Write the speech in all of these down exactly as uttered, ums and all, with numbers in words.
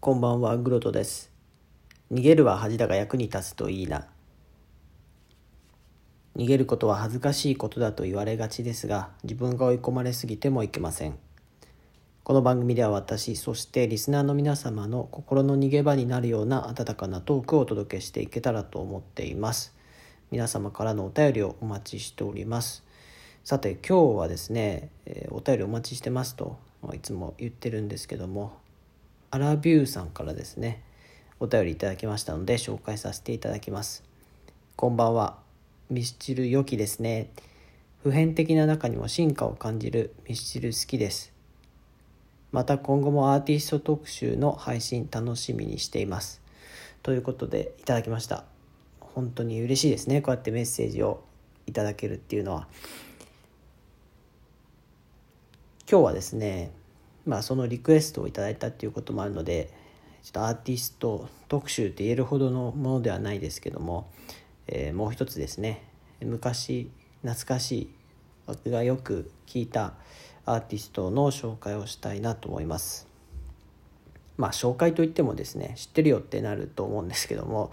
こんばんは、グロトです。逃げるは恥だが役に立つといいな。逃げることは恥ずかしいことだと言われがちですが、自分が追い込まれすぎてもいけません。この番組では私、そしてリスナーの皆様の心の逃げ場になるような温かなトークをお届けしていけたらと思っています。皆様からのお便りをお待ちしております。さて、今日はですね、えー、お便りお待ちしてますといつも言ってるんですけども、アラビューさんからですねお便りいただきましたので紹介させていただきます。こんばんは。ミスチル良きですね。普遍的な中にも進化を感じるミスチル好きです。また今後もアーティスト特集の配信楽しみにしています、ということでいただきました。本当に嬉しいですね、こうやってメッセージをいただけるっていうのは。今日はですねまあ、そのリクエストをいただいたっていうこともあるので、ちょっとアーティスト特集って言えるほどのものではないですけども、えー、もう一つですね、昔懐かしい僕がよく聞いたアーティストの紹介をしたいなと思います。まあ紹介といってもですね、知ってるよってなると思うんですけども、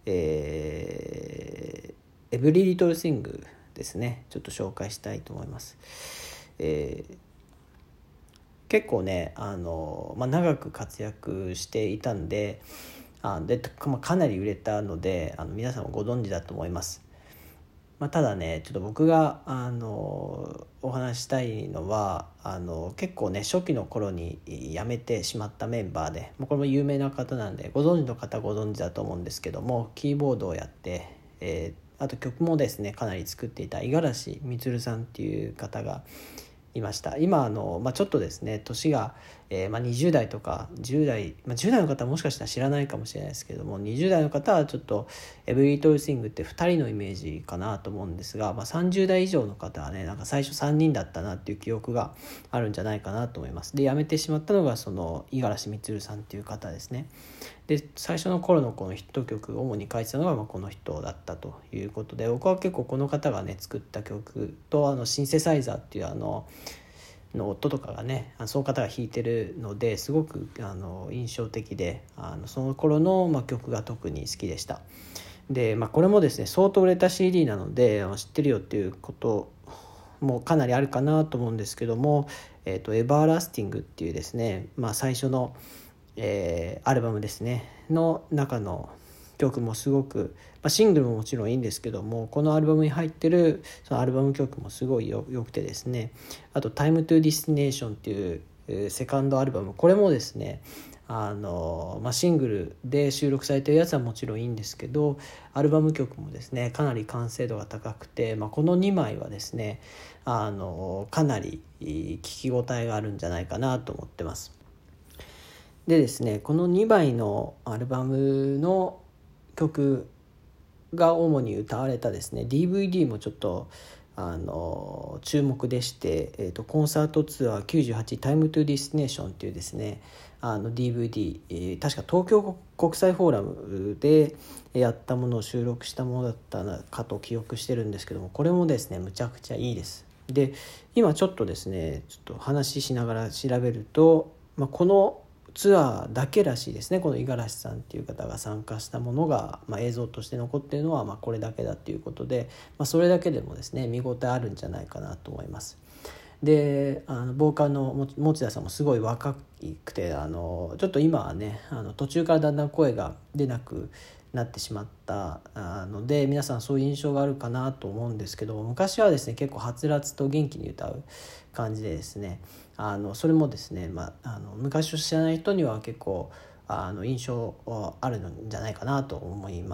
えー、エブリリトルシングですね、ちょっと紹介したいと思います。えー結構ねあの、まあ、長く活躍していたんであで、まあ、かなり売れたのであの皆さんもご存知だと思います。まあ、ただねちょっと僕があのお話したいのはあの結構ね初期の頃に辞めてしまったメンバーで、もうこれも有名な方なんでご存知の方はご存知だと思うんですけども、キーボードをやって、えー、あと曲もですねかなり作っていた五十嵐充さんっていう方がいました。今あの、まあ、ちょっとですね年が、えーまあ、にじゅう代とかじゅう代、まあ、じゅう代の方はもしかしたら知らないかもしれないですけれども、にじゅう代の方はちょっとエブリリトルシングってふたりのイメージかなと思うんですが、まあ、さんじゅう代以上の方はねなんか最初さんにんだったなっていう記憶があるんじゃないかなと思います。で辞めてしまったのがその五十嵐充さんっていう方ですね。で最初の頃のこのヒット曲を主に書いてたのがまあこの人だったということで、僕は結構この方がね作った曲とあのシンセサイザーっていうあのの音とかがねその方が弾いてるのですごくあの印象的で、あのその頃の、まあ、曲が特に好きでした。で、まあ、これもですね相当売れた シーディー なので知ってるよっていうこともかなりあるかなと思うんですけども、えーと、エバーラスティングっていうですね、まあ、最初の、えー、アルバムですねの中の曲もすごく、まあ、シングルももちろんいいんですけども、このアルバムに入ってるそのアルバム曲もすごいよよくてですね、あと「タイムトゥディスティネーション」っていう、えー、セカンドアルバム、これもですねあの、まあ、シングルで収録されてるやつはもちろんいいんですけど、アルバム曲もですねかなり完成度が高くて、まあ、このにまいはですねあのかなり聞き応えがあるんじゃないかなと思ってます。でですねこのにまいのアルバムの曲が主に歌われたですね ディーブイディー もちょっとあの注目でして、えーと、コンサートツアーきゅうじゅうはちタイムトゥディスティネーションっていうですねあの ディーブイディー、えー、確か東京国際フォーラムでやったものを収録したものだったかと記憶してるんですけども、これもですねむちゃくちゃいいです。で今ちょっとですねちょっと話ししながら調べると、まあ、このツアーだけらしいですね。この五十嵐さんっていう方が参加したものが、まあ、映像として残っているのはまあこれだけだっていうことで、まあ、それだけでもですね見応えあるんじゃないかなと思います。であのボーカルの持田さんもすごい若くて、あのちょっと今はねあの途中からだんだん声が出なくなってしまったので皆さんそういう印象があるかなと思うんですけど、昔はですね結構はつらつと元気に歌う感じでですね、あのそれもですね、まあ、あの昔を知らない人には結構あの印象はあるんじゃないかなと思います。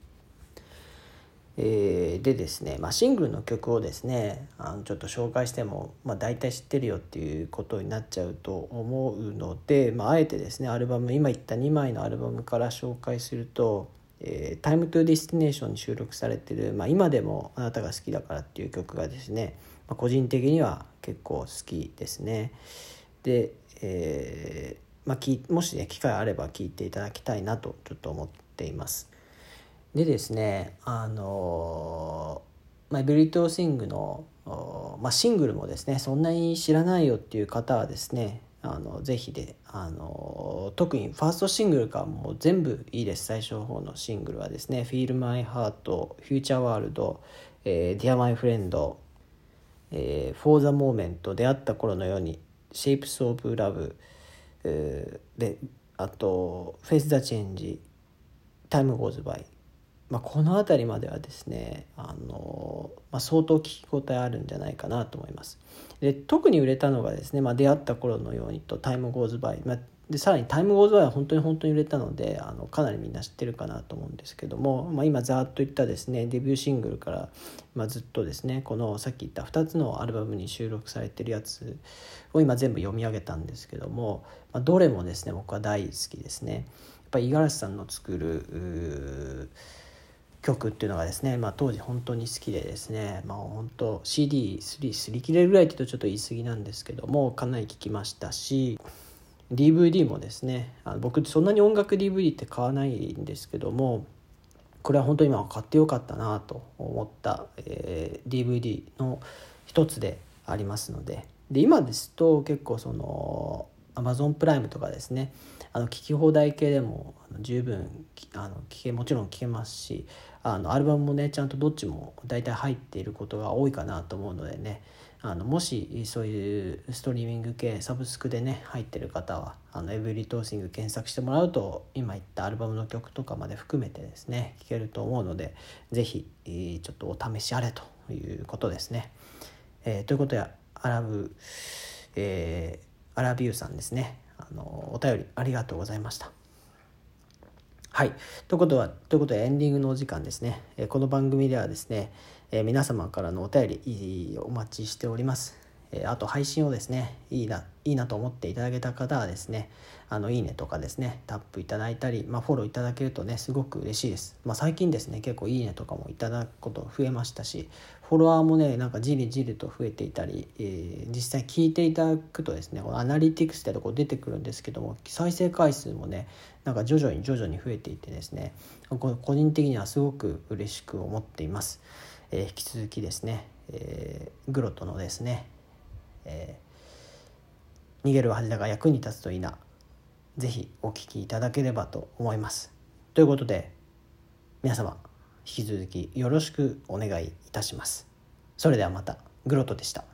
えー、でですね、まあ、シングルの曲をですねあのちょっと紹介しても、まあ、大体知ってるよっていうことになっちゃうと思うので、まあ、あえてですねアルバム今言ったにまいのアルバムから紹介すると「えー、タイムトゥディスティネーション」に収録されてる、まあ、今でもあなたが好きだからっていう曲がですね、まあ、個人的には結構好きですね。で、えーまあ、きもしね機会あれば聴いていただきたいなとちょっと思っています。でですねあのまあ、エブリリトルシングの、まあ、シングルもですねそんなに知らないよっていう方はですねあのぜひであの特にファーストシングルからもう全部いいです。最初の方のシングルはですね Feel My Heart、Future World、えー、Dear My Friend、えー、For the Moment、出会った頃のように、Shapes of Love、えー、であと Face the Change、Time Goes By、まあ、この辺りまではですねあの、まあ、相当聞き応えあるんじゃないかなと思います。で特に売れたのがですね、まあ、出会った頃のようにと Time Goes By、まあ、でさらに Time Goes By は本当に本当に売れたのであのかなりみんな知ってるかなと思うんですけども、まあ、今ざーっと言ったですねデビューシングルから、まあ、ずっとですねこのさっき言ったふたつのアルバムに収録されてるやつを今全部読み上げたんですけども、まあ、どれもですね僕は大好きですね。やっぱり五十嵐さんの作る曲っていうのがですね、まあ、当時本当に好きでですね、まあ、本当 シーディースリー すり切れるぐらいって言うとちょっと言い過ぎなんですけどもかなり聴きましたし、 ディーブイディー もですねあの僕そんなに音楽 ディーブイディー って買わないんですけども、これは本当に今買ってよかったなと思った、えー、ディーブイディー の一つでありますので、で今ですと結構その Amazon プライムとかですねあの聞き放題系でも十分あの聞けもちろん聞けますし、あのアルバムもねちゃんとどっちも大体入っていることが多いかなと思うのでね、あのもしそういうストリーミング系サブスクでね入ってる方はあのエブリトーシング検索してもらうと今言ったアルバムの曲とかまで含めてですね聴けると思うので、ぜひちょっとお試しあれということですね。えー、ということでアラブ、えー、アラビューさんですね、あのお便りありがとうございました。はい、ということはということでエンディングのお時間ですね。えー、この番組ではですね、えー、皆様からのお便りお待ちしております。えー、あと配信をですねいいないいなと思っていただけた方はですねあのいいねとかですねタップいただいたり、まあ、フォローいただけるとねすごく嬉しいです。まあ、最近ですね結構いいねとかもいただくこと増えましたし、フォロワーもねなんかじりじりと増えていたり、えー、実際聞いていただくとですねこのアナリティクスってとこ出てくるんですけども、再生回数もねなんか徐々に徐々に増えていてですね個人的にはすごく嬉しく思っています。えー、引き続きですね、えー、グロトのですね、えー、逃げる恥だが役に立つといいな、ぜひお聞きいただければと思います。ということで皆様引き続きよろしくお願いいたします。それではまた。グロトでした。